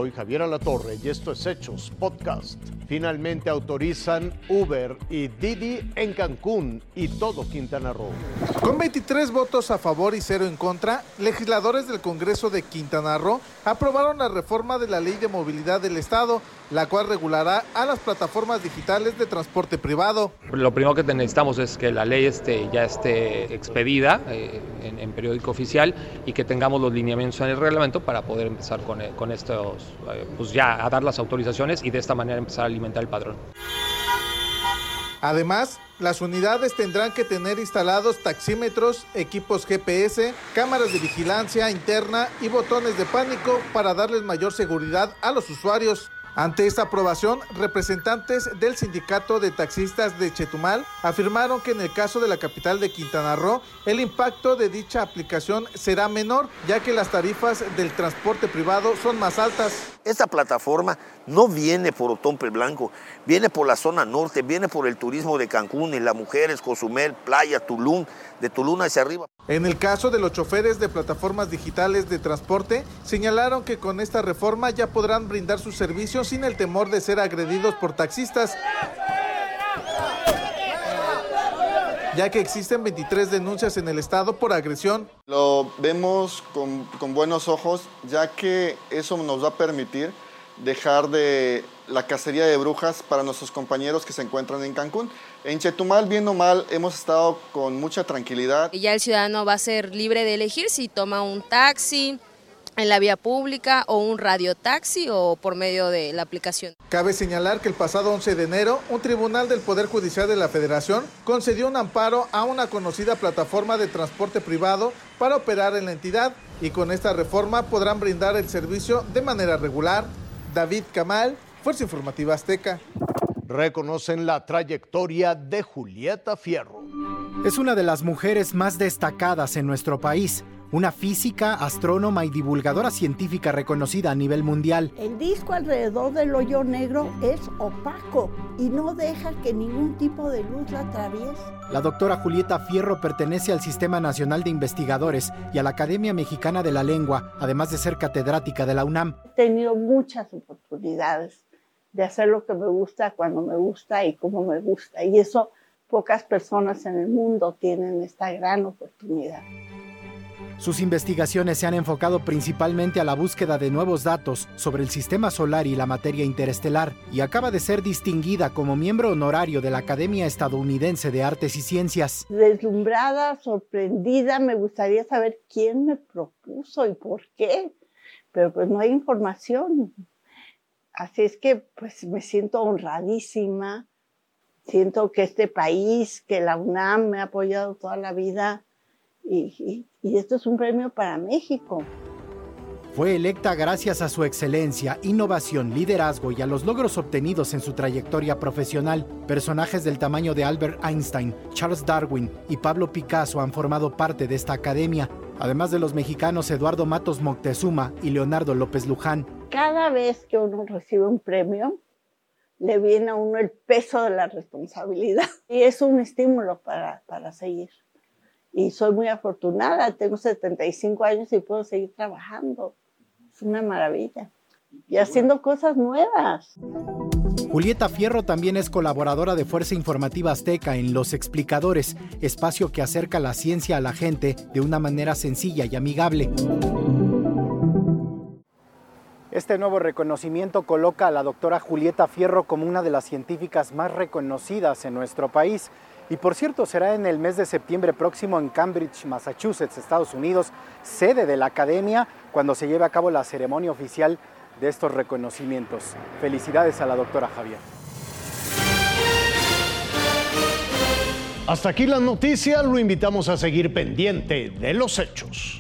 Soy Javier Alatorre y esto es Hechos Podcast. Finalmente autorizan Uber y Didi en Cancún y todo Quintana Roo. Con 23 votos a favor y 0 en contra, legisladores del Congreso de Quintana Roo aprobaron la reforma de la Ley de Movilidad del Estado, la cual regulará a las plataformas digitales de transporte privado. Lo primero que necesitamos es que la ley ya esté expedida en periódico oficial y que tengamos los lineamientos en el reglamento para poder empezar con estos, pues ya a dar las autorizaciones y de esta manera empezar a alimentar el padrón. Además, las unidades tendrán que tener instalados taxímetros, equipos GPS, cámaras de vigilancia interna y botones de pánico para darles mayor seguridad a los usuarios. Ante esta aprobación, representantes del Sindicato de Taxistas de Chetumal afirmaron que en el caso de la capital de Quintana Roo, el impacto de dicha aplicación será menor, ya que las tarifas del transporte privado son más altas. Esta plataforma no viene por Otompe Blanco, viene por la zona norte, viene por el turismo de Cancún, y Las Mujeres, Cozumel, Playa, Tulum, de Tulum hacia arriba. En el caso de los choferes de plataformas digitales de transporte, señalaron que con esta reforma ya podrán brindar sus servicios sin el temor de ser agredidos por taxistas, ya que existen 23 denuncias en el estado por agresión. Lo vemos con buenos ojos, ya que eso nos va a permitir dejar de la cacería de brujas para nuestros compañeros que se encuentran en Cancún. En Chetumal, bien o mal, hemos estado con mucha tranquilidad. Y ya el ciudadano va a ser libre de elegir si toma un taxi en la vía pública o un radiotaxi o por medio de la aplicación. Cabe señalar que el pasado 11 de enero, un tribunal del Poder Judicial de la Federación concedió un amparo a una conocida plataforma de transporte privado para operar en la entidad, y con esta reforma podrán brindar el servicio de manera regular. David Camal, Fuerza Informativa Azteca. Reconocen la trayectoria de Julieta Fierro. Es una de las mujeres más destacadas en nuestro país. Una física, astrónoma y divulgadora científica reconocida a nivel mundial. El disco alrededor del hoyo negro es opaco y no deja que ningún tipo de luz la atraviese. La doctora Julieta Fierro pertenece al Sistema Nacional de Investigadores y a la Academia Mexicana de la Lengua, además de ser catedrática de la UNAM. He tenido muchas oportunidades de hacer lo que me gusta, cuando me gusta y cómo me gusta. Y eso pocas personas en el mundo tienen esta gran oportunidad. Sus investigaciones se han enfocado principalmente a la búsqueda de nuevos datos sobre el sistema solar y la materia interestelar, y acaba de ser distinguida como miembro honorario de la Academia Estadounidense de Artes y Ciencias. Deslumbrada, sorprendida, me gustaría saber quién me propuso y por qué, pero pues no hay información. Así es que pues me siento honradísima, siento que este país, que la UNAM me ha apoyado toda la vida, y esto es un premio para México. Fue electa gracias a su excelencia, innovación, liderazgo y a los logros obtenidos en su trayectoria profesional. Personajes del tamaño de Albert Einstein, Charles Darwin y Pablo Picasso han formado parte de esta academia, además de los mexicanos Eduardo Matos Moctezuma y Leonardo López Luján. Cada vez que uno recibe un premio, le viene a uno el peso de la responsabilidad y es un estímulo para seguir. Y soy muy afortunada, tengo 75 años y puedo seguir trabajando. Es una maravilla. Y haciendo cosas nuevas. Julieta Fierro también es colaboradora de Fuerza Informativa Azteca en Los Explicadores, espacio que acerca la ciencia a la gente de una manera sencilla y amigable. Este nuevo reconocimiento coloca a la doctora Julieta Fierro como una de las científicas más reconocidas en nuestro país. Y por cierto, será en el mes de septiembre próximo en Cambridge, Massachusetts, Estados Unidos, sede de la academia, cuando se lleve a cabo la ceremonia oficial de estos reconocimientos. Felicidades a la doctora Javier. Hasta aquí la noticia, lo invitamos a seguir pendiente de los hechos.